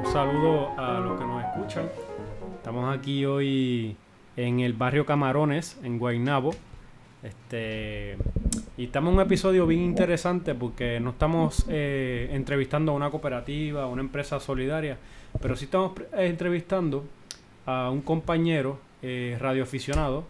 saludo a los que nos escuchan. Estamos aquí hoy en el barrio Camarones, en Guaynabo. Y estamos en un episodio bien interesante porque no estamos entrevistando a una cooperativa, a una empresa solidaria, pero sí estamos entrevistando a un compañero radioaficionado.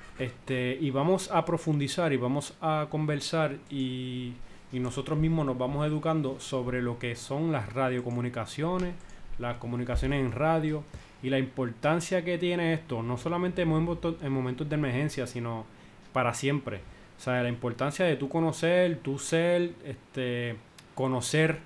Y vamos a profundizar y vamos a conversar y nosotros mismos nos vamos educando sobre lo que son las radiocomunicaciones, las comunicaciones en radio y la importancia que tiene esto, no solamente en momentos de emergencia, sino para siempre. O sea, la importancia de tú conocer, tú ser, conocer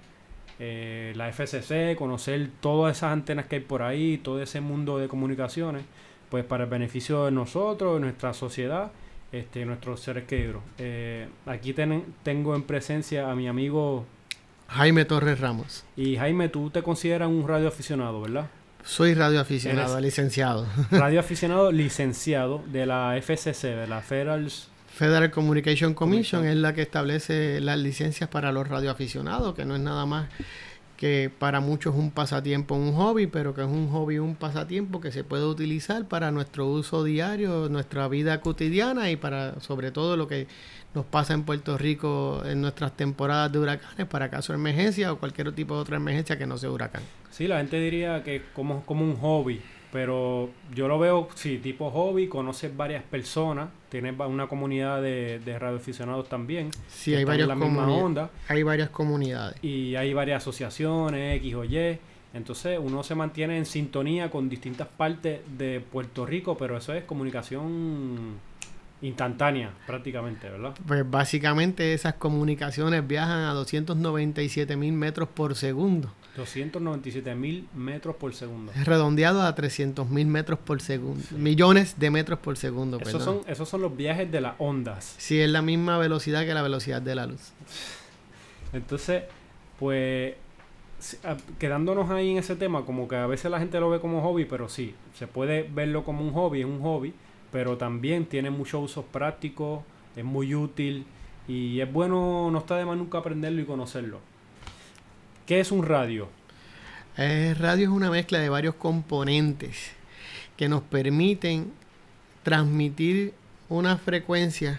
la FCC, conocer todas esas antenas que hay por ahí, todo ese mundo de comunicaciones, pues para el beneficio de nosotros, de nuestra sociedad, nuestros seres queridos. Aquí tengo en presencia a mi amigo Jaime Torres Ramos. Y Jaime, tú te consideras un radioaficionado, ¿verdad? Soy radioaficionado, licenciado. Radioaficionado licenciado de la FCC, de la Federal Communication Commission, es la que establece las licencias para los radioaficionados, que no es nada más que para muchos es un pasatiempo, un hobby, pero que es un hobby, un pasatiempo que se puede utilizar para nuestro uso diario, nuestra vida cotidiana y para sobre todo lo que nos pasa en Puerto Rico en nuestras temporadas de huracanes, para caso de emergencia o cualquier tipo de otra emergencia que no sea huracán. Sí, la gente diría que como un hobby, pero yo lo veo, sí, tipo hobby, conoces varias personas, tienes una comunidad de radioaficionados también. Sí, hay varias hay varias comunidades. Y hay varias asociaciones, X o Y. Entonces uno se mantiene en sintonía con distintas partes de Puerto Rico, pero eso es comunicación instantánea prácticamente, ¿verdad? Pues básicamente esas comunicaciones viajan a 297,000 metros por segundo. 297,000 metros por segundo. Redondeado a 300,000 metros por segundo. Sí. Millones de metros por segundo. Esos son los viajes de las ondas. Sí, es la misma velocidad que la velocidad de la luz. Entonces, pues, quedándonos ahí en ese tema, como que a veces la gente lo ve como hobby, pero sí, se puede verlo como un hobby, es un hobby, pero también tiene muchos usos prácticos, es muy útil y es bueno, no está de más nunca aprenderlo y conocerlo. ¿Qué es un radio? Radio es una mezcla de varios componentes que nos permiten transmitir una frecuencia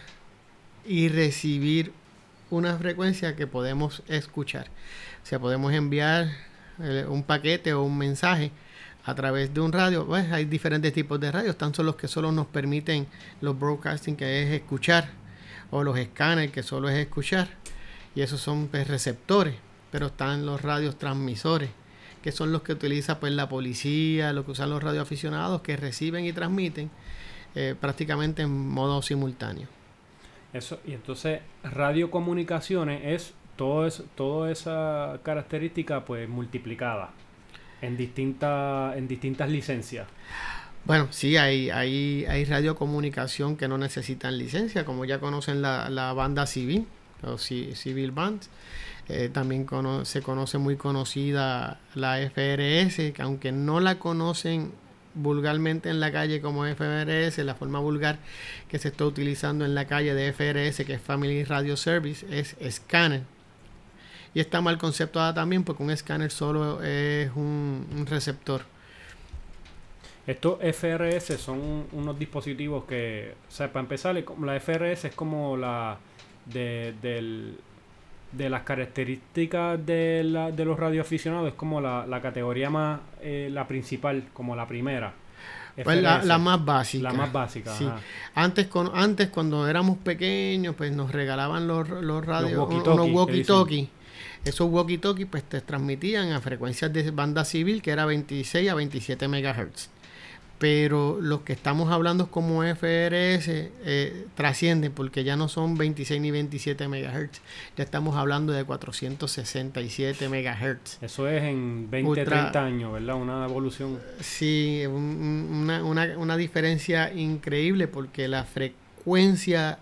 y recibir una frecuencia que podemos escuchar. O sea, podemos enviar un paquete o un mensaje a través de un radio. Pues hay diferentes tipos de radios, tan solo los que solo nos permiten los broadcasting, que es escuchar, o los scanners, que solo es escuchar, y esos son pues, receptores. Pero están los radios transmisores, que son los que utiliza pues la policía, lo que usan los radioaficionados, que reciben y transmiten prácticamente en modo simultáneo. Eso, y entonces radiocomunicaciones es toda esa característica pues multiplicada en distintas licencias. Bueno, sí, hay radiocomunicación que no necesitan licencia, como ya conocen la banda civil, o civil bands. También se conoce muy conocida la FRS, que aunque no la conocen vulgarmente en la calle como FRS, la forma vulgar que se está utilizando en la calle de FRS, que es Family Radio Service, es escáner. Y está mal conceptuada también porque un escáner solo es un receptor. Estos FRS son unos dispositivos que, o sea, para empezar, la FRS es como la de las características de los radioaficionados, es como la categoría más, la principal, como la primera. Pues la más básica. La más básica, sí. Antes cuando éramos pequeños, pues nos regalaban los radios, unos walkie-talkie. Esos walkie-talkie pues te transmitían a frecuencias de banda civil, que era 26 a 27 MHz. Pero los que estamos hablando como FRS trascienden, porque ya no son 26 ni 27 MHz. Ya estamos hablando de 467 MHz. Eso es en 20, 30 años, ¿verdad? Una evolución. Sí, una diferencia increíble, porque la frecuencia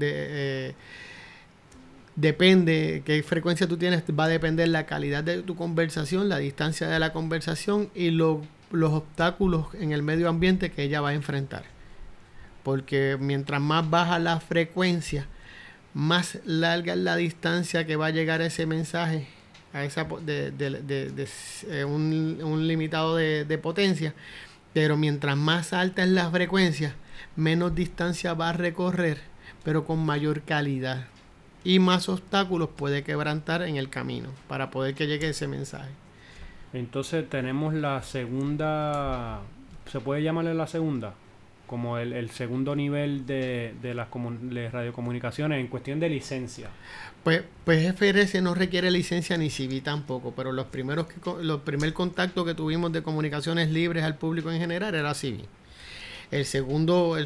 depende, qué frecuencia tú tienes, va a depender la calidad de tu conversación, la distancia de la conversación y los obstáculos en el medio ambiente que ella va a enfrentar. Porque mientras más baja la frecuencia, más larga es la distancia que va a llegar ese mensaje un limitado de potencia, pero mientras más alta es la frecuencia, menos distancia va a recorrer, pero con mayor calidad, y más obstáculos puede quebrantar en el camino para poder que llegue ese mensaje. Entonces tenemos la segunda, ¿se puede llamarle la segunda? Como el segundo nivel de las de radiocomunicaciones en cuestión de licencia. Pues FRS no requiere licencia ni CB tampoco, pero los primer contacto que tuvimos de comunicaciones libres al público en general era CB. El segundo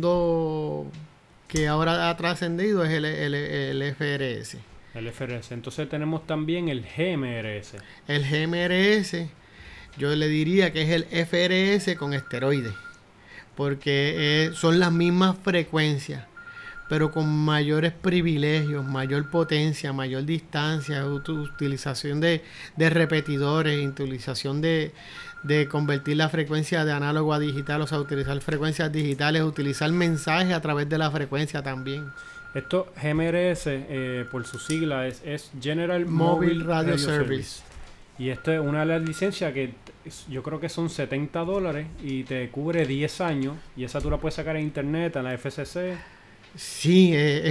que ahora ha trascendido es el FRS. El FRS. Entonces tenemos también el GMRS. El GMRS, yo le diría que es el FRS con esteroides, porque son las mismas frecuencias, pero con mayores privilegios, mayor potencia, mayor distancia, utilización de repetidores, utilización de convertir la frecuencia de análogo a digital, o sea, utilizar frecuencias digitales, utilizar mensajes a través de la frecuencia también. Esto GMRS, por su sigla, es General Mobile Radio Service. Y esto es una de las licencias que yo creo que son $70 y te cubre 10 años. Y esa tú la puedes sacar en internet, en la FCC. Sí,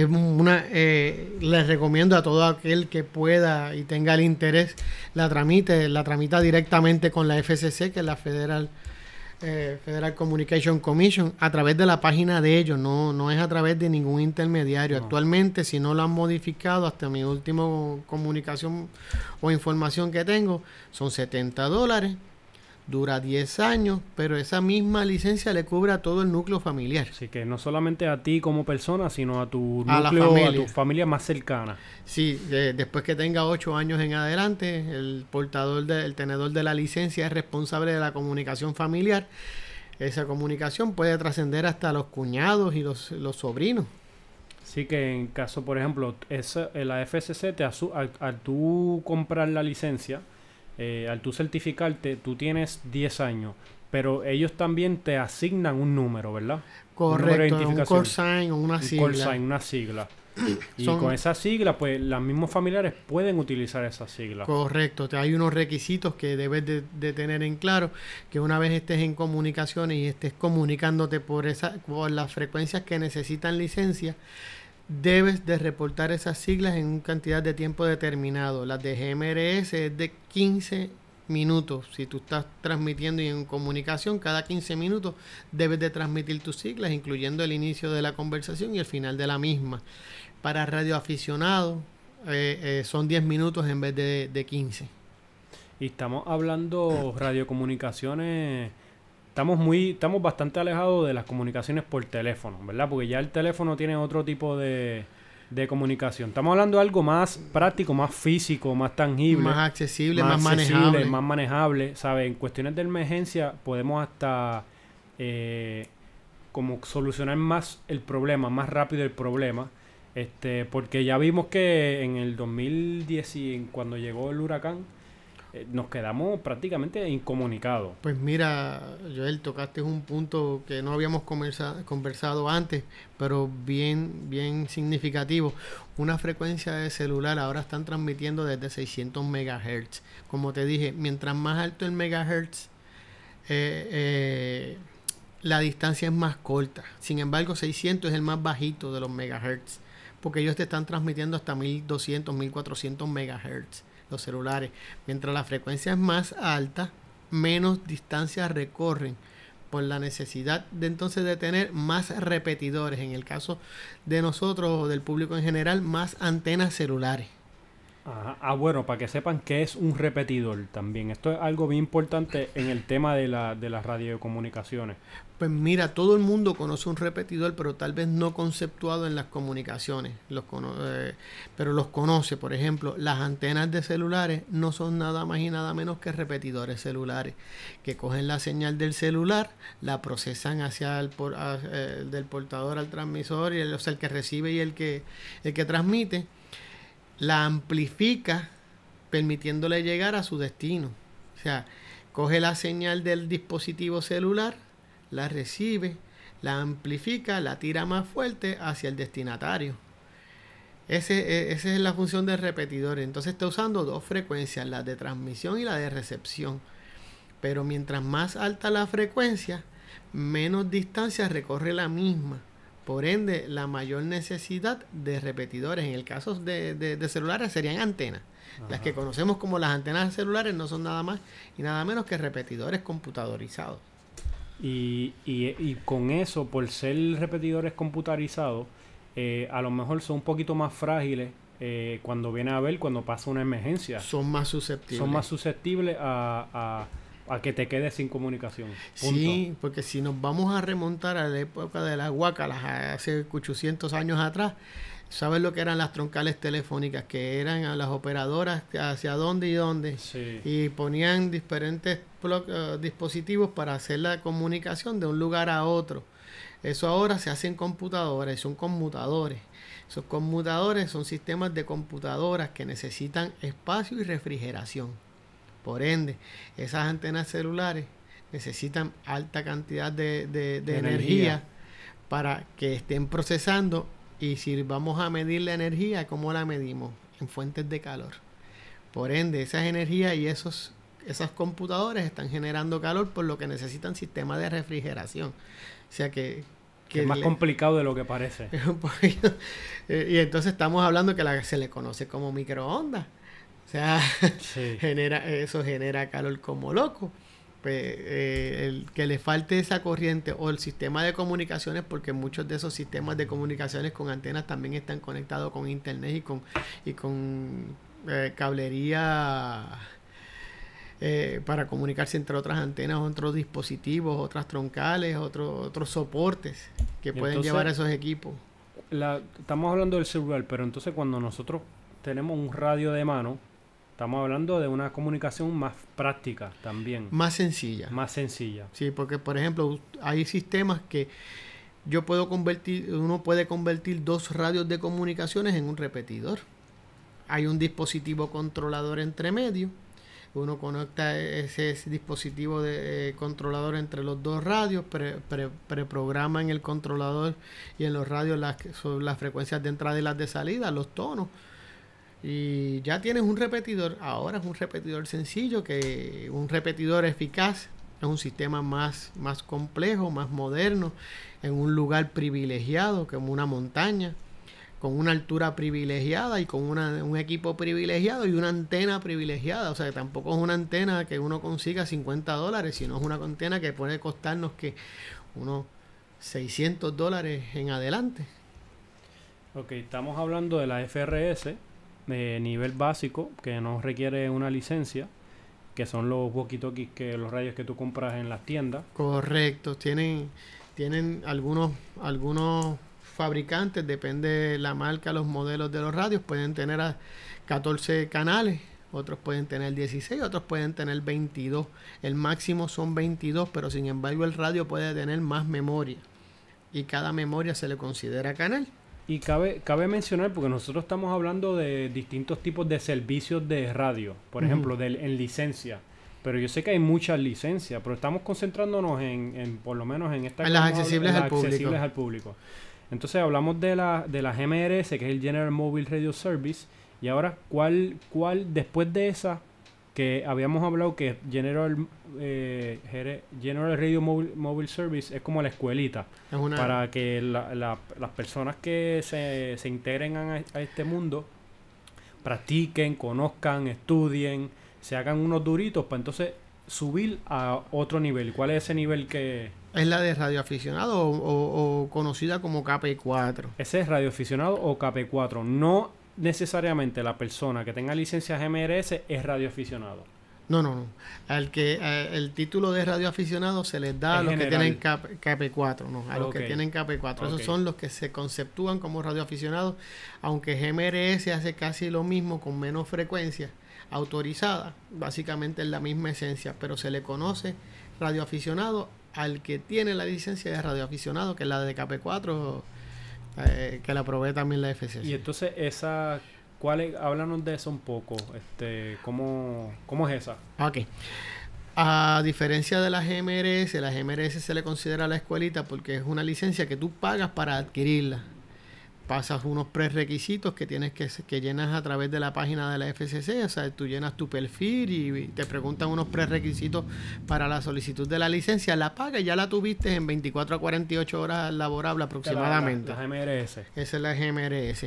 les recomiendo a todo aquel que pueda y tenga el interés, la tramita directamente con la FCC, que es la Federal Communication Commission, a través de la página de ellos, no es a través de ningún intermediario. No. Actualmente, si no lo han modificado, hasta mi última comunicación o información que tengo, son $70. Dura 10 años, pero esa misma licencia le cubre a todo el núcleo familiar. Así que no solamente a ti como persona, sino a tu núcleo, a tu familia más cercana. Sí, después que tenga 8 años en adelante, el tenedor de la licencia es responsable de la comunicación familiar. Esa comunicación puede trascender hasta los cuñados y los sobrinos. Así que en caso, por ejemplo, la FCC, al tú comprar la licencia, al tú certificarte, tú tienes 10 años, pero ellos también te asignan un número, ¿verdad? Correcto, un call sign o una sigla. Un call sign, una sigla. Y con esa sigla, pues los mismos familiares pueden utilizar esa sigla. Correcto, hay unos requisitos que debes de tener en claro, que una vez estés en comunicaciones y estés comunicándote por las frecuencias que necesitan licencia, debes de reportar esas siglas en una cantidad de tiempo determinado. Las de GMRS es de 15 minutos. Si tú estás transmitiendo y en comunicación, cada 15 minutos debes de transmitir tus siglas, incluyendo el inicio de la conversación y el final de la misma. Para radioaficionados son 10 minutos en vez de 15. Y estamos hablando radiocomunicaciones. Estamos bastante alejados de las comunicaciones por teléfono, ¿verdad? Porque ya el teléfono tiene otro tipo de comunicación. Estamos hablando de algo más práctico, más físico, más tangible. Más accesible, más manejable. Más manejable, ¿sabes? En cuestiones de emergencia podemos hasta como solucionar más el problema, más rápido el problema. Porque ya vimos que en el 2010, cuando llegó el huracán, nos quedamos prácticamente incomunicados. Pues mira, Joel, tocaste un punto que no habíamos conversado antes, pero bien significativo. Una frecuencia de celular ahora están transmitiendo desde 600 MHz. Como te dije, mientras más alto el megahertz, la distancia es más corta. Sin embargo, 600 es el más bajito de los megahertz, porque ellos te están transmitiendo hasta 1200, 1400 megahertz. Los celulares, mientras la frecuencia es más alta, menos distancias recorren, por la necesidad de entonces de tener más repetidores, en el caso de nosotros o del público en general, más antenas celulares. Ajá. Bueno, para que sepan qué es un repetidor también. Esto es algo bien importante en el tema de las radiocomunicaciones. Pues mira, todo el mundo conoce un repetidor, pero tal vez no conceptuado en las comunicaciones. Pero los conoce. Por ejemplo, las antenas de celulares no son nada más y nada menos que repetidores celulares, que cogen la señal del celular, la procesan hacia del portador al transmisor, o sea, el que recibe y el que transmite, la amplifica, permitiéndole llegar a su destino. O sea, coge la señal del dispositivo celular, la recibe, la amplifica, la tira más fuerte hacia el destinatario. Esa es la función del repetidor. Entonces está usando dos frecuencias, la de transmisión y la de recepción. Pero mientras más alta la frecuencia, menos distancia recorre la misma. Por ende, la mayor necesidad de repetidores. En el caso de celulares serían antenas. Ajá. Las que conocemos como las antenas celulares no son nada más y nada menos que repetidores computadorizados. Y con eso, por ser repetidores computarizados, a lo mejor son un poquito más frágiles cuando viene a ver, cuando pasa una emergencia. Son más susceptibles. Son más susceptibles a que te quedes sin comunicación. Punto. Sí, porque si nos vamos a remontar a la época de las guácalas, hace 800 años atrás, ¿sabes lo que eran las troncales telefónicas? Que eran a las operadoras hacia dónde y dónde. Sí. Y ponían diferentes dispositivos para hacer la comunicación de un lugar a otro. Eso ahora se hace en computadoras, son conmutadores. Esos conmutadores son sistemas de computadoras que necesitan espacio y refrigeración. Por ende, esas antenas celulares necesitan alta cantidad de energía para que estén procesando. Y si vamos a medir la energía, ¿cómo la medimos? En fuentes de calor. Por ende, esas energías y esos computadores están generando calor, por lo que necesitan sistemas de refrigeración. O sea que es más complicado de lo que parece. Y entonces estamos hablando que se le conoce como microondas. O sea, sí. Eso genera calor como loco. Pues, el que le falte esa corriente o el sistema de comunicaciones, porque muchos de esos sistemas de comunicaciones con antenas también están conectados con internet y con cablería para comunicarse entre otras antenas, otros dispositivos, otras troncales, otros soportes que pueden llevar a esos equipos. Estamos hablando del celular, pero entonces cuando nosotros tenemos un radio de mano, estamos hablando de una comunicación más práctica también. Más sencilla. Más sencilla. Sí, porque por ejemplo hay sistemas que uno puede convertir dos radios de comunicaciones en un repetidor. Hay un dispositivo controlador entre medio. Uno conecta ese dispositivo de controlador entre los dos radios, preprograma en el controlador y en los radios las frecuencias de entrada y las de salida, los tonos. Y ya tienes un repetidor. Ahora es un repetidor sencillo, que un repetidor eficaz. Es un sistema más complejo, más moderno, en un lugar privilegiado como una montaña, con una altura privilegiada y con un equipo privilegiado y una antena privilegiada. O sea, que tampoco es una antena que uno consiga $50, sino es una antena que puede costarnos que unos $600 en adelante. Ok, estamos hablando de la FRS de nivel básico, que no requiere una licencia, que son los walkie-talkies, los radios que tú compras en las tiendas. Correcto, tienen algunos fabricantes, depende de la marca, los modelos de los radios, pueden tener 14 canales, otros pueden tener 16, otros pueden tener 22. El máximo son 22, pero sin embargo el radio puede tener más memoria y cada memoria se le considera canal. Y cabe mencionar, porque nosotros estamos hablando de distintos tipos de servicios de radio, por ejemplo, en licencia. Pero yo sé que hay muchas licencias, pero estamos concentrándonos en por lo menos en estas las accesibles al público. Entonces hablamos de la GMRS, que es el General Mobile Radio Service, y ahora ¿cuál después de esa que habíamos hablado que General Radio Mobile Service es como la escuelita para que las personas que se integren a este mundo practiquen, conozcan, estudien, se hagan unos duritos para entonces subir a otro nivel? ¿Cuál es ese nivel que...? Es la de radioaficionado o conocida como KP4. Ese es radioaficionado o KP4. No necesariamente la persona que tenga licencia GMRS es radioaficionado. No. El título de radioaficionado se les da a los que tienen KP4, no, a los que tienen KP4. Esos son los que se conceptúan como radioaficionados, aunque GMRS hace casi lo mismo con menos frecuencia autorizada, básicamente es la misma esencia, pero se le conoce radioaficionado al que tiene la licencia de radioaficionado, que es la de KP4, que la provee también la FCC. Y entonces háblanos de eso un poco, ¿cómo es esa? Ok. A diferencia de la GMRS, la GMRS se le considera la escuelita porque es una licencia que tú pagas para adquirirla. pasas unos prerequisitos que tienes que llenas a través de la página de la FCC. O sea, tú llenas tu perfil y te preguntan unos prerequisitos para la solicitud de la licencia. La pagas y ya la tuviste en 24 a 48 horas laborables aproximadamente. La GMRS. Esa es la GMRS.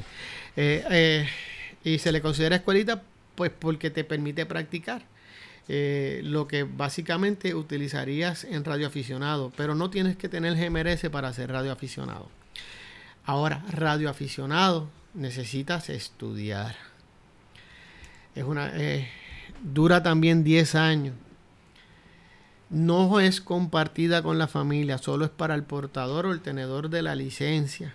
Y se le considera escuelita pues porque te permite practicar. Lo que básicamente utilizarías en radioaficionado, pero no tienes que tener GMRS para ser radioaficionado. Ahora, radioaficionado, necesitas estudiar. Dura también 10 años. No es compartida con la familia, solo es para el portador o el tenedor de la licencia.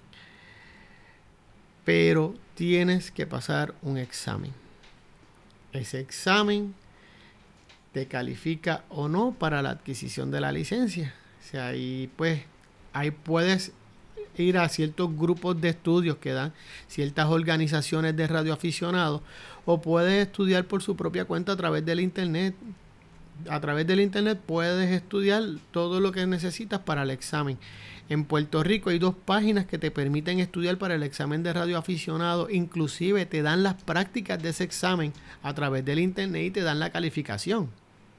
Pero tienes que pasar un examen. Ese examen te califica o no para la adquisición de la licencia. O sea, ahí puedes ir a ciertos grupos de estudios que dan ciertas organizaciones de radioaficionados, o puedes estudiar por su propia cuenta a través del internet. A través del internet puedes estudiar todo lo que necesitas para el examen. En Puerto Rico hay 2 páginas que te permiten estudiar para el examen de radioaficionado. Inclusive te dan las prácticas de ese examen a través del internet y te dan la calificación.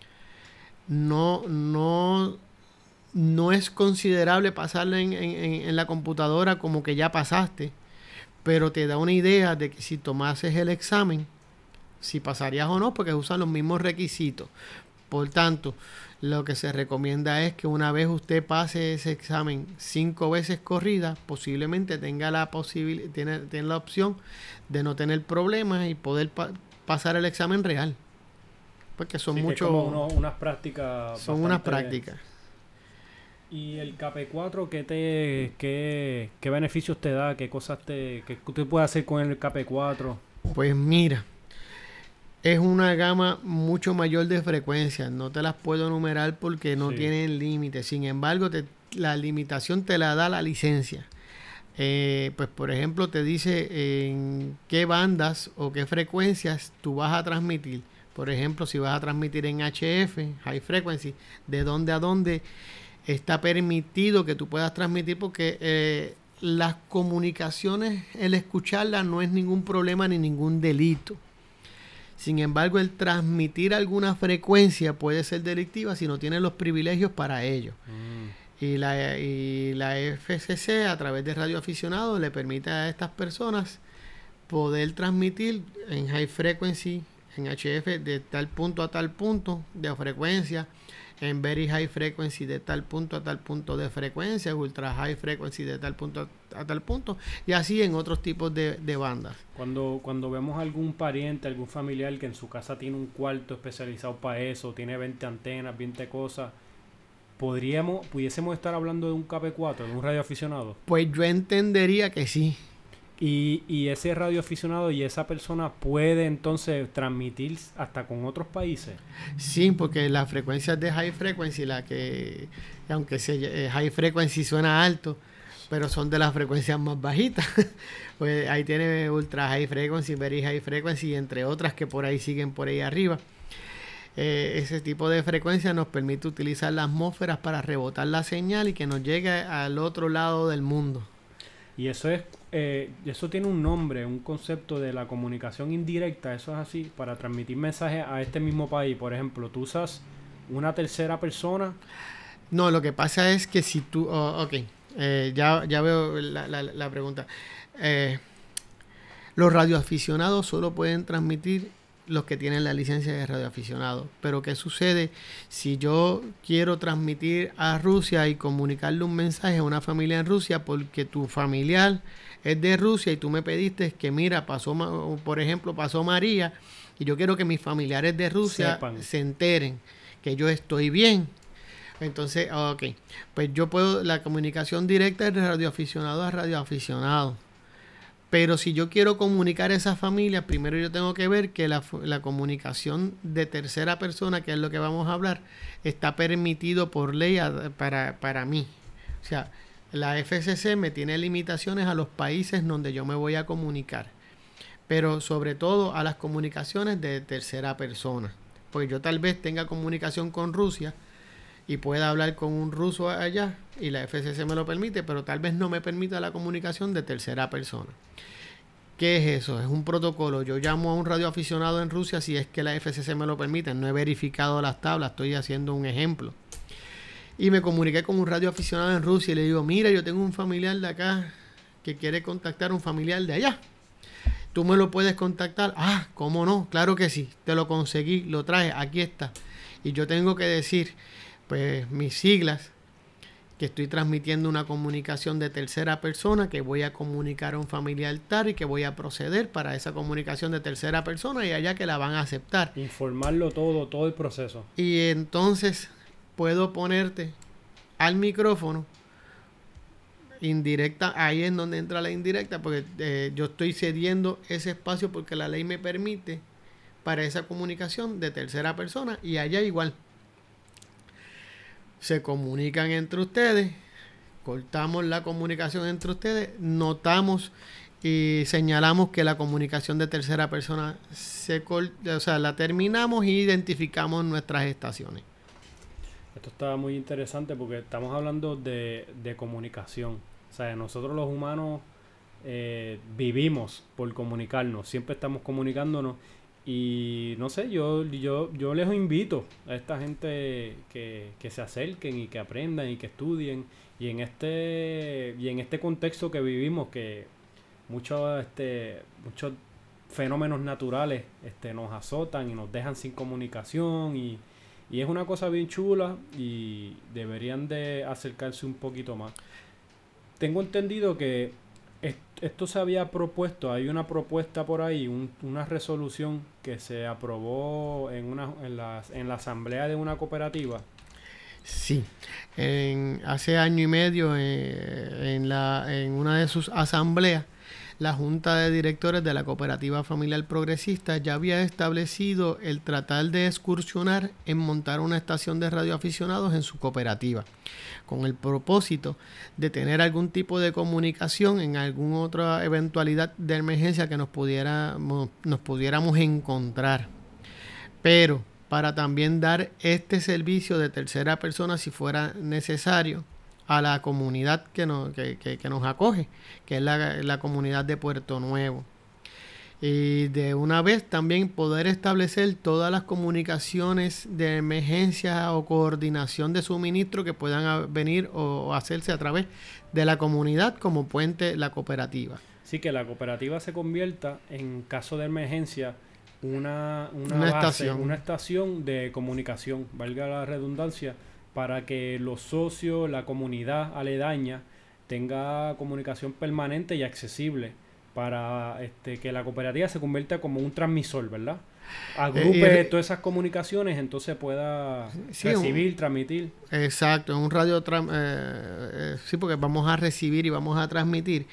No es considerable pasarlo en la computadora como que ya pasaste, pero te da una idea de que si tomases el examen, si pasarías o no, porque usan los mismos requisitos. Por tanto, lo que se recomienda es que una vez usted pase ese examen 5 veces corrida, posiblemente tenga la tiene la opción de no tener problemas y poder pasar el examen real. Porque son muchos. Unas prácticas. Son unas prácticas. ¿Y el KP4 qué beneficios te da? ¿Qué cosas qué usted puede hacer con el KP4? Pues mira, es una gama mucho mayor de frecuencias. No te las puedo enumerar porque no tienen límite. Sin embargo, la limitación te la da la licencia. Pues por ejemplo, te dice en qué bandas o qué frecuencias tú vas a transmitir. Por ejemplo, si vas a transmitir en HF, High Frequency, de dónde a dónde está permitido que tú puedas transmitir, porque las comunicaciones, el escucharlas no es ningún problema ni ningún delito. Sin embargo, el transmitir alguna frecuencia puede ser delictiva si no tienes los privilegios para ello. Y la FCC, a través de radioaficionados, le permite a estas personas poder transmitir en high frequency, en HF, de tal punto a tal punto de frecuencia, en very high frequency de tal punto a tal punto de frecuencia, ultra high frequency de tal punto a tal punto, y así en otros tipos de bandas. Cuando vemos algún pariente, algún familiar que en su casa tiene un cuarto especializado para eso, tiene 20 antenas, 20 cosas, ¿pudiésemos estar hablando de un KP4, de un radioaficionado? Pues yo entendería que sí. Y ese radioaficionado y esa persona puede entonces transmitir hasta con otros países. Sí, porque las frecuencias de high frequency, aunque high frequency suena alto, pero son de las frecuencias más bajitas. Pues ahí tiene ultra high frequency, very high frequency, entre otras que por ahí siguen por ahí arriba. Ese tipo de frecuencia nos permite utilizar las atmósferas para rebotar la señal y que nos llegue al otro lado del mundo. Y eso tiene un nombre, un concepto de la comunicación indirecta. Eso es así, para transmitir mensajes a este mismo país. Por ejemplo, tú usas una tercera persona. No, lo que pasa es que si tú... ya veo la pregunta. Los radioaficionados solo pueden transmitir los que tienen la licencia de radioaficionado. Pero ¿qué sucede si yo quiero transmitir a Rusia y comunicarle un mensaje a una familia en Rusia porque tu familiar es de Rusia y tú me pediste que mira, por ejemplo, pasó María y yo quiero que mis familiares de Rusia se enteren que yo estoy bien? Entonces, pues yo puedo, la comunicación directa es de radioaficionado a radioaficionado. Pero si yo quiero comunicar a esa familia, primero yo tengo que ver que la comunicación de tercera persona, que es lo que vamos a hablar, está permitido por ley para mí. O sea, la FCC me tiene limitaciones a los países donde yo me voy a comunicar, pero sobre todo a las comunicaciones de tercera persona. Pues yo tal vez tenga comunicación con Rusia y pueda hablar con un ruso allá y la FCC me lo permite, pero tal vez no me permita la comunicación de tercera persona. ¿Qué es eso? Es un protocolo. Yo llamo a un radioaficionado en Rusia si es que la FCC me lo permite. No he verificado las tablas, estoy haciendo un ejemplo. Y me comuniqué con un radioaficionado en Rusia y le digo, mira, yo tengo un familiar de acá que quiere contactar a un familiar de allá. ¿Tú me lo puedes contactar? Ah, ¿cómo no? Claro que sí. Te lo conseguí, lo traje, aquí está. Y yo tengo que decir, pues, mis siglas, que estoy transmitiendo una comunicación de tercera persona, que voy a comunicar a un familiar tal y que voy a proceder para esa comunicación de tercera persona y allá que la van a aceptar. Informarlo todo el proceso. Y entonces puedo ponerte al micrófono indirecta, ahí es donde entra la indirecta, porque yo estoy cediendo ese espacio porque la ley me permite para esa comunicación de tercera persona y allá igual. Se comunican entre ustedes, cortamos la comunicación entre ustedes, notamos y señalamos que la comunicación de tercera persona la terminamos y identificamos nuestras estaciones. Esto está muy interesante porque estamos hablando de comunicación. O sea, nosotros los humanos vivimos por comunicarnos, siempre estamos comunicándonos. Y no sé, yo les invito a esta gente que se acerquen y que aprendan y que estudien. Y en este contexto que vivimos, que muchos fenómenos naturales nos azotan y nos dejan sin comunicación y es una cosa bien chula y deberían de acercarse un poquito más. Tengo entendido que esto se había propuesto, hay una propuesta por ahí, una resolución que se aprobó en la asamblea de una cooperativa. Sí, hace año y medio en una de sus asambleas, la Junta de Directores de la Cooperativa Familiar Progresista ya había establecido el tratar de excursionar en montar una estación de radioaficionados en su cooperativa, con el propósito de tener algún tipo de comunicación en alguna otra eventualidad de emergencia que nos pudiéramos encontrar. Pero para también dar este servicio de tercera persona si fuera necesario a la comunidad que nos acoge, que es la comunidad de Puerto Nuevo. Y de una vez también poder establecer todas las comunicaciones de emergencia o coordinación de suministro que puedan venir o hacerse a través de la comunidad como puente la cooperativa. Sí, que la cooperativa se convierta en caso de emergencia una estación de comunicación, valga la redundancia, para que los socios, la comunidad aledaña tenga comunicación permanente y accesible para que la cooperativa se convierta como un transmisor, ¿verdad? Agrupe todas esas comunicaciones, entonces pueda recibir, transmitir. Exacto, en un radio, sí, porque vamos a recibir y vamos a transmitir.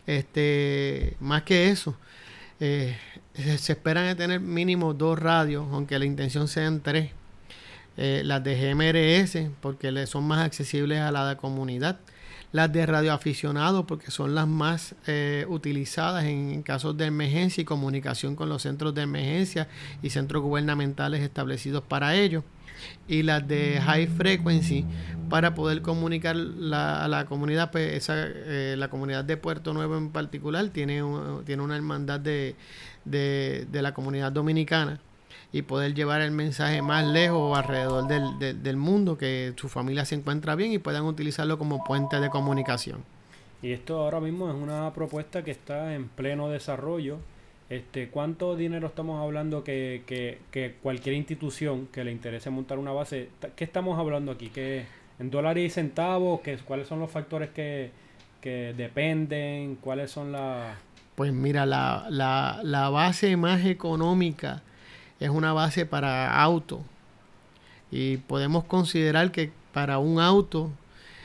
Más que eso, se esperan de tener mínimo 2 radios, aunque la intención sean 3. Las de GMRS, porque son más accesibles a la comunidad. Las de radioaficionados, porque son las más utilizadas en casos de emergencia y comunicación con los centros de emergencia y centros gubernamentales establecidos para ello. Y las de high frequency, para poder comunicar a la comunidad. Pues la comunidad de Puerto Nuevo en particular tiene una hermandad de la comunidad dominicana, y poder llevar el mensaje más lejos alrededor del mundo, que su familia se encuentra bien y puedan utilizarlo como puente de comunicación. Y esto ahora mismo es una propuesta que está en pleno desarrollo. ¿Cuánto dinero estamos hablando que cualquier institución que le interese montar una base? ¿Qué estamos hablando aquí? ¿Qué, en dólares y centavos? ¿Cuáles son los factores que dependen? ¿Cuáles son las...? Pues mira, la base más económica es una base para auto, y podemos considerar que para un auto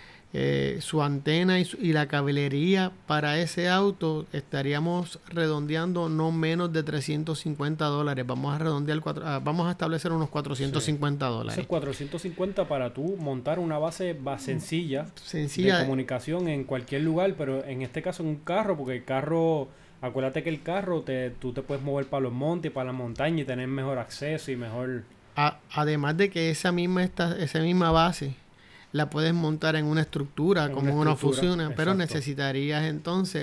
su antena y la cablelería para ese auto estaríamos redondeando no menos de $350. Vamos a redondear vamos a establecer unos $450. Eso es 450 para tú montar una base sencilla de comunicación en cualquier lugar, pero en este caso en un carro, porque el carro... Acuérdate que el carro tú te puedes mover para los montes y para la montaña y tener mejor acceso y mejor... Además de que esa misma base la puedes montar en una estructura, como una oficina, pero necesitarías entonces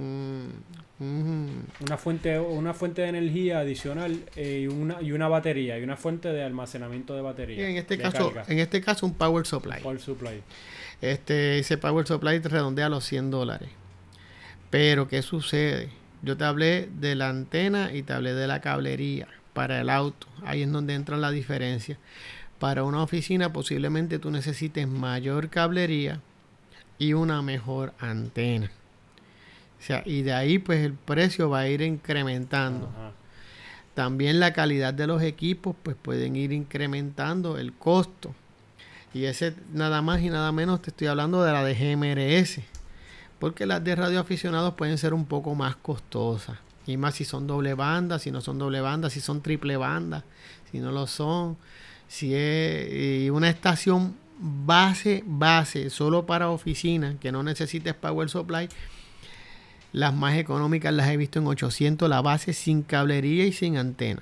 una fuente de energía adicional y una batería y una fuente de almacenamiento de batería. En este caso un power supply. Ese power supply te redondea los $100. Pero ¿qué sucede? Yo te hablé de la antena y te hablé de la cablería para el auto. Ahí es donde entra la diferencia. Para una oficina posiblemente tú necesites mayor cablería y una mejor antena. O sea, y de ahí pues el precio va a ir incrementando. Ajá. También la calidad de los equipos pues pueden ir incrementando el costo. Y ese nada más y nada menos te estoy hablando de la de GMRS. Porque las de radioaficionados pueden ser un poco más costosas. Y más si son doble banda, si no son doble banda, si son triple banda, si no lo son. Si es una estación base, solo para oficina, que no necesites power supply, las más económicas las he visto en 800, la base sin cablería y sin antena.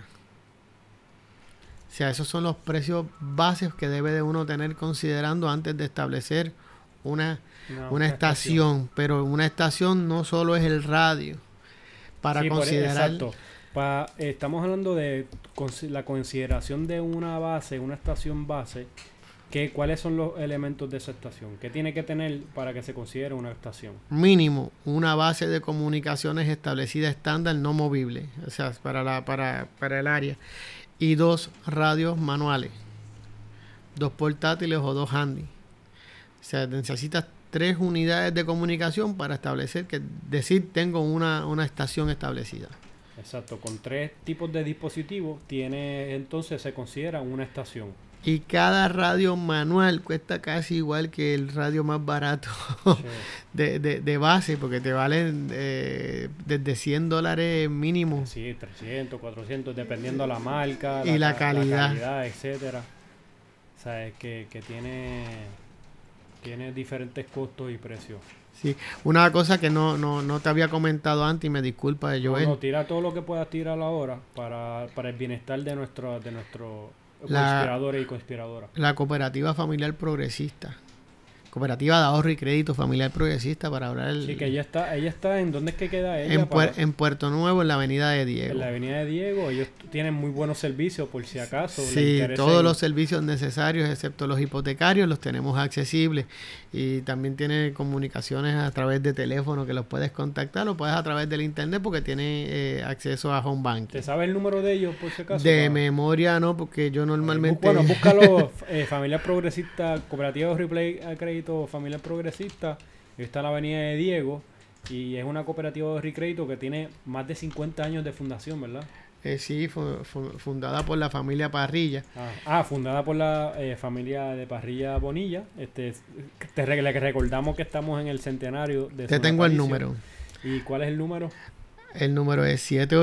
O sea, esos son los precios bases que debe de uno tener considerando antes de establecer una estación. Pero una estación no solo es el radio, para considerar... Exacto. Estamos hablando de la consideración de una base, una estación base. ¿Cuáles son los elementos de esa estación? ¿Qué tiene que tener para que se considere una estación? Mínimo, una base de comunicaciones establecida estándar no movible, o sea, para el área. Y 2 radios manuales, 2 portátiles o 2 handy. O sea, necesitas 3 unidades de comunicación para establecer decir tengo una estación establecida. Exacto, con 3 tipos de dispositivos entonces se considera una estación. Y cada radio manual cuesta casi igual que el radio más barato de base, porque te valen desde $100 mínimo. Sí, 300, 400, dependiendo de la marca y la calidad, etcétera. O sea, es que tiene diferentes costos y precios. Sí, una cosa que no te había comentado antes y me disculpa de Joel. No, tira todo lo que puedas tirar ahora para el bienestar de nuestro conspiradores y conspiradoras. La Cooperativa Familiar Progresista. Cooperativa de Ahorro y Crédito Familiar Progresista para hablar... Sí, que ella está ¿en dónde es que queda ella? En Puerto Nuevo, en la Avenida de Diego. En la Avenida de Diego, ellos tienen muy buenos servicios por si acaso. Sí, todos los servicios necesarios, excepto los hipotecarios, los tenemos accesibles. Y también tiene comunicaciones a través de teléfono que los puedes contactar, o puedes a través del internet porque tiene acceso a home banking. ¿Te sabe el número de ellos por si acaso? De memoria no, porque yo normalmente... Bueno, búscalo, Familia Progresista, Cooperativa de Replay a Crédito Familia Progresista. Está en la Avenida de Diego y es una cooperativa de crédito que tiene más de 50 años de fundación, ¿verdad? Sí, fundada por la familia Parrilla. Fundada por la familia de Parrilla Bonilla. Le recordamos que estamos en el centenario de Te tengo el número. ¿Y cuál es el número? El número es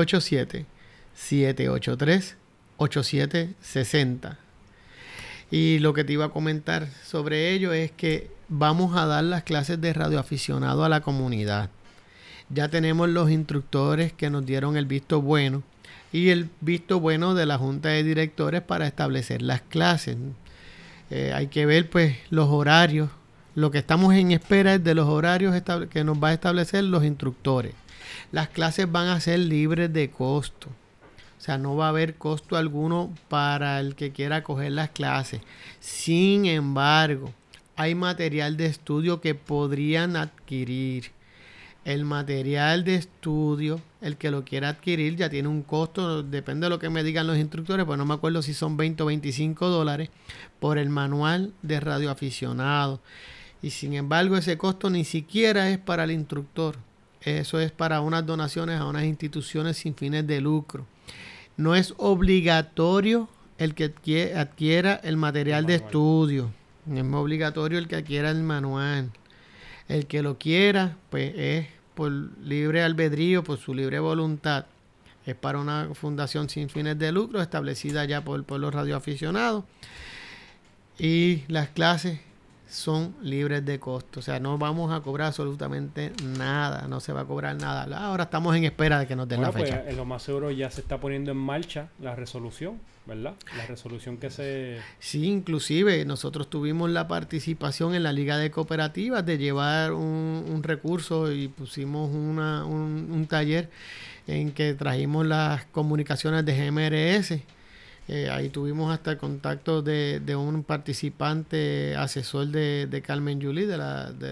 787-783-8760. Y lo que te iba a comentar sobre ello es que vamos a dar las clases de radioaficionado a la comunidad. Ya tenemos los instructores que nos dieron el visto bueno y el visto bueno de la Junta de Directores para establecer las clases. Hay que ver pues los horarios. Lo que estamos en espera es de los horarios que nos va a establecer los instructores. Las clases van a ser libres de costo. O sea, no va a haber costo alguno para el que quiera coger las clases. Sin embargo, hay material de estudio que podrían adquirir. El material de estudio, el que lo quiera adquirir, ya tiene un costo, depende de lo que me digan los instructores, pues no me acuerdo si son $20 o $25 por el manual de radioaficionado. Y sin embargo, ese costo ni siquiera es para el instructor. Eso es para unas donaciones a unas instituciones sin fines de lucro. No es obligatorio el que adquiera el material de estudio. No es obligatorio el que adquiera el manual. El que lo quiera, pues es por libre albedrío, por su libre voluntad. Es para una fundación sin fines de lucro establecida ya por los radioaficionados. Y las clases son libres de costo. O sea, no vamos a cobrar absolutamente nada. No se va a cobrar nada. Ahora estamos en espera de que nos den la fecha. Pues, en lo más seguro ya se está poniendo en marcha la resolución, ¿verdad? La resolución que se... Sí, inclusive nosotros tuvimos la participación en la Liga de Cooperativas de llevar un recurso y pusimos un taller en que trajimos las comunicaciones de GMRS. Ahí tuvimos hasta el contacto de un participante asesor de Carmen Yulí, de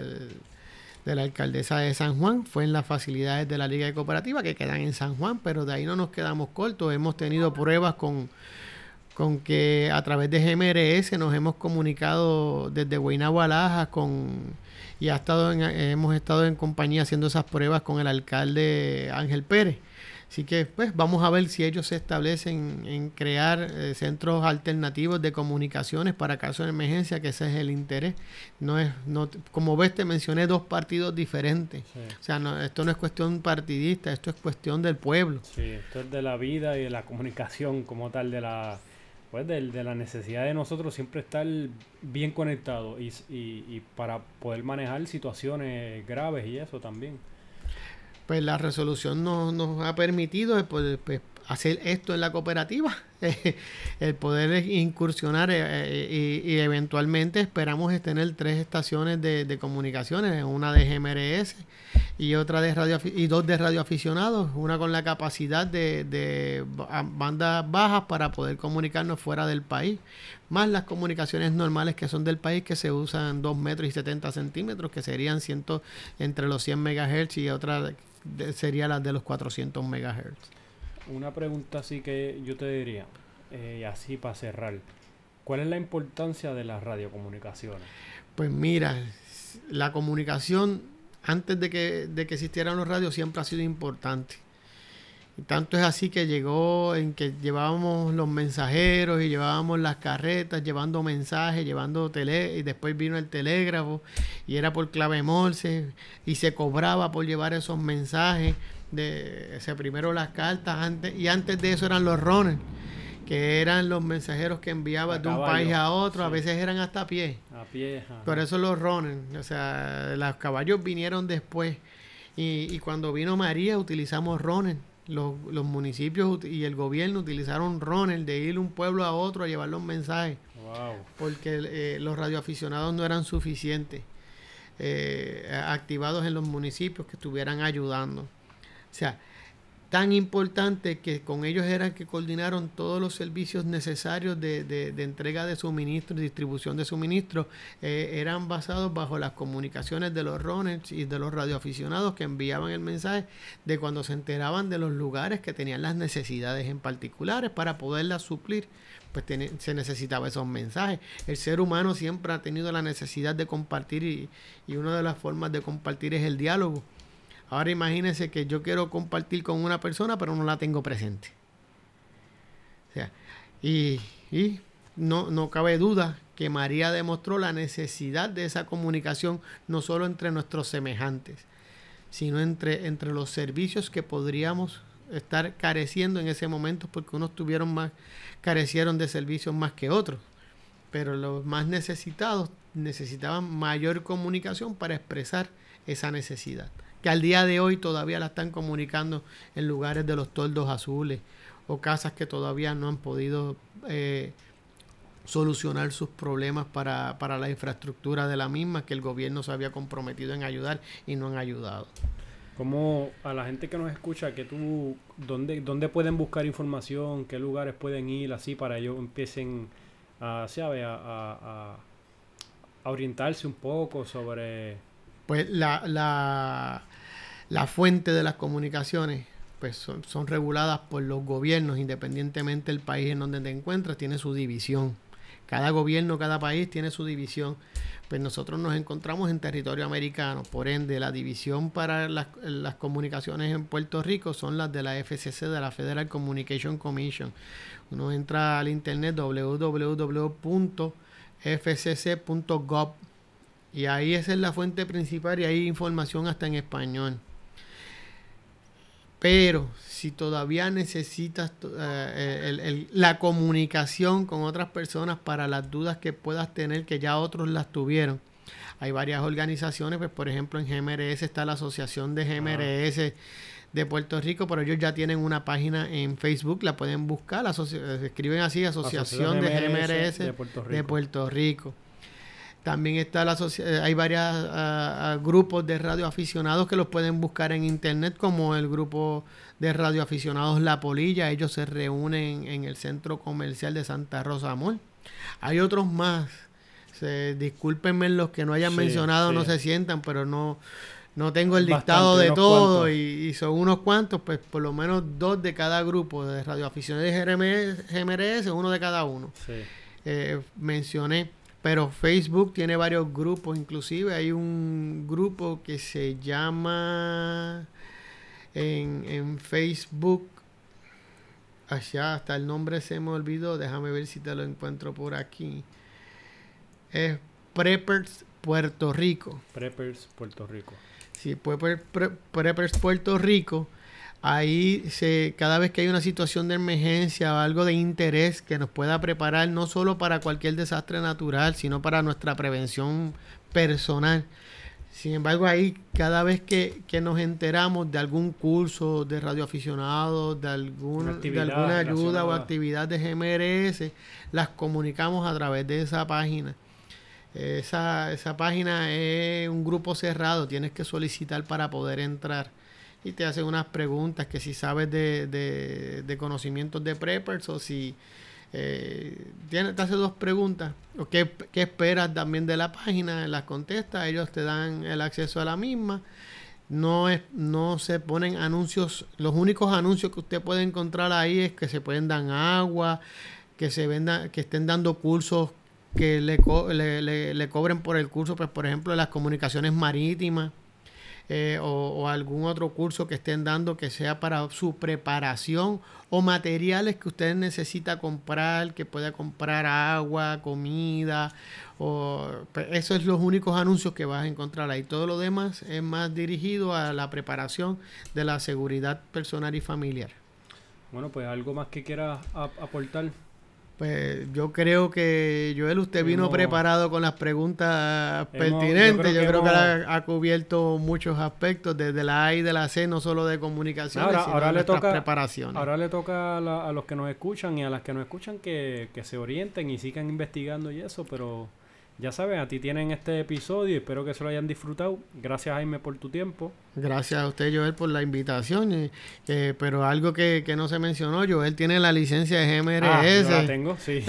la alcaldesa de San Juan. Fue en las facilidades de la Liga de Cooperativa que quedan en San Juan, pero de ahí no nos quedamos cortos. Hemos tenido pruebas con que a través de GMRS nos hemos comunicado desde Guaynabo a Lajas y hemos estado en compañía haciendo esas pruebas con el alcalde Ángel Pérez. Así que pues vamos a ver si ellos se establecen en crear centros alternativos de comunicaciones para casos de emergencia, que ese es el interés. Como ves, te mencioné 2 partidos diferentes. Sí. O sea, esto no es cuestión partidista, esto es cuestión del pueblo. Sí, esto es de la vida y de la comunicación como tal, de la necesidad de nosotros siempre estar bien conectados y para poder manejar situaciones graves y eso también. Pues la resolución nos ha permitido pues, hacer esto en la cooperativa, el poder incursionar y eventualmente esperamos tener 3 estaciones de comunicaciones, una de GMRS y otra y 2 de radioaficionados, una con la capacidad de bandas bajas para poder comunicarnos fuera del país, más las comunicaciones normales que son del país, que se usan 2 metros y 70 centímetros, que serían entre los 100 MHz y otra sería la de los 400 MHz. Una pregunta así que yo te diría, así para cerrar, ¿cuál es la importancia de las radiocomunicaciones? Pues mira, la comunicación antes de que existieran los radios siempre ha sido importante. Y tanto es así que llegó en que llevábamos los mensajeros y llevábamos las carretas llevando mensajes, y después vino el telégrafo y era por clave Morse y se cobraba por llevar esos mensajes. Primero las cartas antes de eso eran los runners, que eran los mensajeros que enviaban de un país a otro, sí. A veces eran hasta a pie. Por eso los runners, o sea, los caballos vinieron después y cuando vino María utilizamos runners. Los municipios y el gobierno utilizaron runners de ir de un pueblo a otro a llevar los mensajes. Wow. Porque los radioaficionados no eran suficientes activados en los municipios que estuvieran ayudando. O sea, tan importante que con ellos eran que coordinaron todos los servicios necesarios de entrega de suministros, distribución de suministros, eran basados bajo las comunicaciones de los runners y de los radioaficionados que enviaban el mensaje de cuando se enteraban de los lugares que tenían las necesidades en particulares para poderlas suplir. Pues se necesitaba esos mensajes. El ser humano siempre ha tenido la necesidad de compartir y una de las formas de compartir es el diálogo. Ahora imagínense que yo quiero compartir con una persona, pero no la tengo presente. O sea, y no cabe duda que María demostró la necesidad de esa comunicación, no solo entre nuestros semejantes, sino entre los servicios que podríamos estar careciendo en ese momento, porque unos carecieron de servicios más que otros. Pero los más necesitados necesitaban mayor comunicación para expresar esa necesidad, que al día de hoy todavía la están comunicando en lugares de los toldos azules o casas que todavía no han podido solucionar sus problemas para la infraestructura de la misma, que el gobierno se había comprometido en ayudar y no han ayudado. Como a la gente que nos escucha, ¿dónde pueden buscar información? ¿Qué lugares pueden ir así para ellos empiecen a orientarse un poco sobre...? Pues la fuente de las comunicaciones pues son reguladas por los gobiernos, independientemente del país en donde te encuentras, tiene su división. Cada gobierno, cada país tiene su división. Pues nosotros nos encontramos en territorio americano, por ende la división para las comunicaciones en Puerto Rico son las de la FCC, de la Federal Communication Commission. Uno entra al internet www.fcc.gov y ahí esa es la fuente principal y hay información hasta en español. Pero si todavía necesitas la comunicación con otras personas para las dudas que puedas tener, que ya otros las tuvieron, hay varias organizaciones, pues por ejemplo en GMRS está la Asociación de GMRS de Puerto Rico, pero ellos ya tienen una página en Facebook, la pueden buscar, se escriben así, Asociación de GMRS de Puerto Rico. También está hay varios grupos de radioaficionados que los pueden buscar en internet, como el grupo de radioaficionados La Polilla. Ellos se reúnen en el Centro Comercial de Santa Rosa Mall. Hay otros más. Discúlpenme los que no hayan mencionado, no se sientan, pero no tengo el listado de todo y son unos cuantos, pues por lo menos 2 de cada grupo de radioaficionados de GMRS, uno de cada uno. Mencioné. Pero Facebook tiene varios grupos, inclusive hay un grupo que se llama en Facebook, allá hasta el nombre se me olvidó, déjame ver si te lo encuentro por aquí. Es Preppers Puerto Rico. Preppers Puerto Rico. Sí, Preppers Puerto Rico. Ahí cada vez que hay una situación de emergencia o algo de interés que nos pueda preparar no solo para cualquier desastre natural, sino para nuestra prevención personal. Sin embargo, ahí cada vez que nos enteramos de algún curso de radioaficionados, de alguna ayuda o actividad de GMRS, las comunicamos a través de esa página. Esa página es un grupo cerrado, tienes que solicitar para poder entrar. Y te hacen unas preguntas que si sabes de conocimientos de preppers o si te hace 2 preguntas o qué esperas también de la página, las contestas, ellos te dan el acceso a la misma. No se ponen anuncios, los únicos anuncios que usted puede encontrar ahí es que se pueden dar agua, que estén dando cursos que le cobren por el curso, pues por ejemplo las comunicaciones marítimas. O algún otro curso que estén dando que sea para su preparación o materiales que usted necesita comprar, que pueda comprar agua, comida, pues esos son los únicos anuncios que vas a encontrar ahí. Todo lo demás es más dirigido a la preparación de la seguridad personal y familiar. Bueno, pues algo más que quieras aportar. Pues yo creo que, Joel, usted vino preparado con las preguntas pertinentes. Yo creo que ha cubierto muchos aspectos, desde la A y de la C, no solo de comunicaciones, sino de nuestras preparaciones. Ahora le toca a los que nos escuchan y a las que nos escuchan que se orienten y sigan investigando y eso, pero ya saben, a ti tienen este episodio y espero que se lo hayan disfrutado. Gracias, Jaime, por tu tiempo. Gracias a usted, Joel, por la invitación. Pero algo que no se mencionó, Joel tiene la licencia de GMRS. Yo la tengo, sí.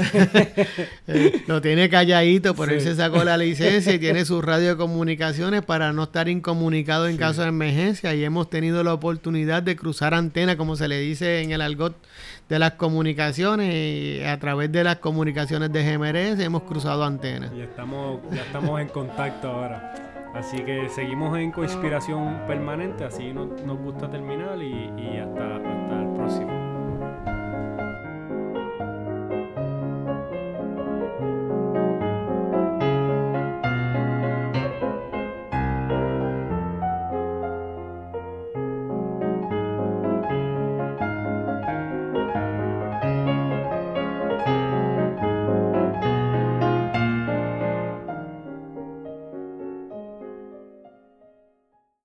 Lo tiene calladito, pero él se sacó la licencia y tiene su radio de comunicaciones para no estar incomunicado en caso de emergencia. Y hemos tenido la oportunidad de cruzar antena, como se le dice en el argot de las comunicaciones, y a través de las comunicaciones de GMRS hemos cruzado antenas. Y ya estamos en contacto ahora. Así que seguimos en Coinspiración Permanente, así nos gusta terminar y hasta el próximo.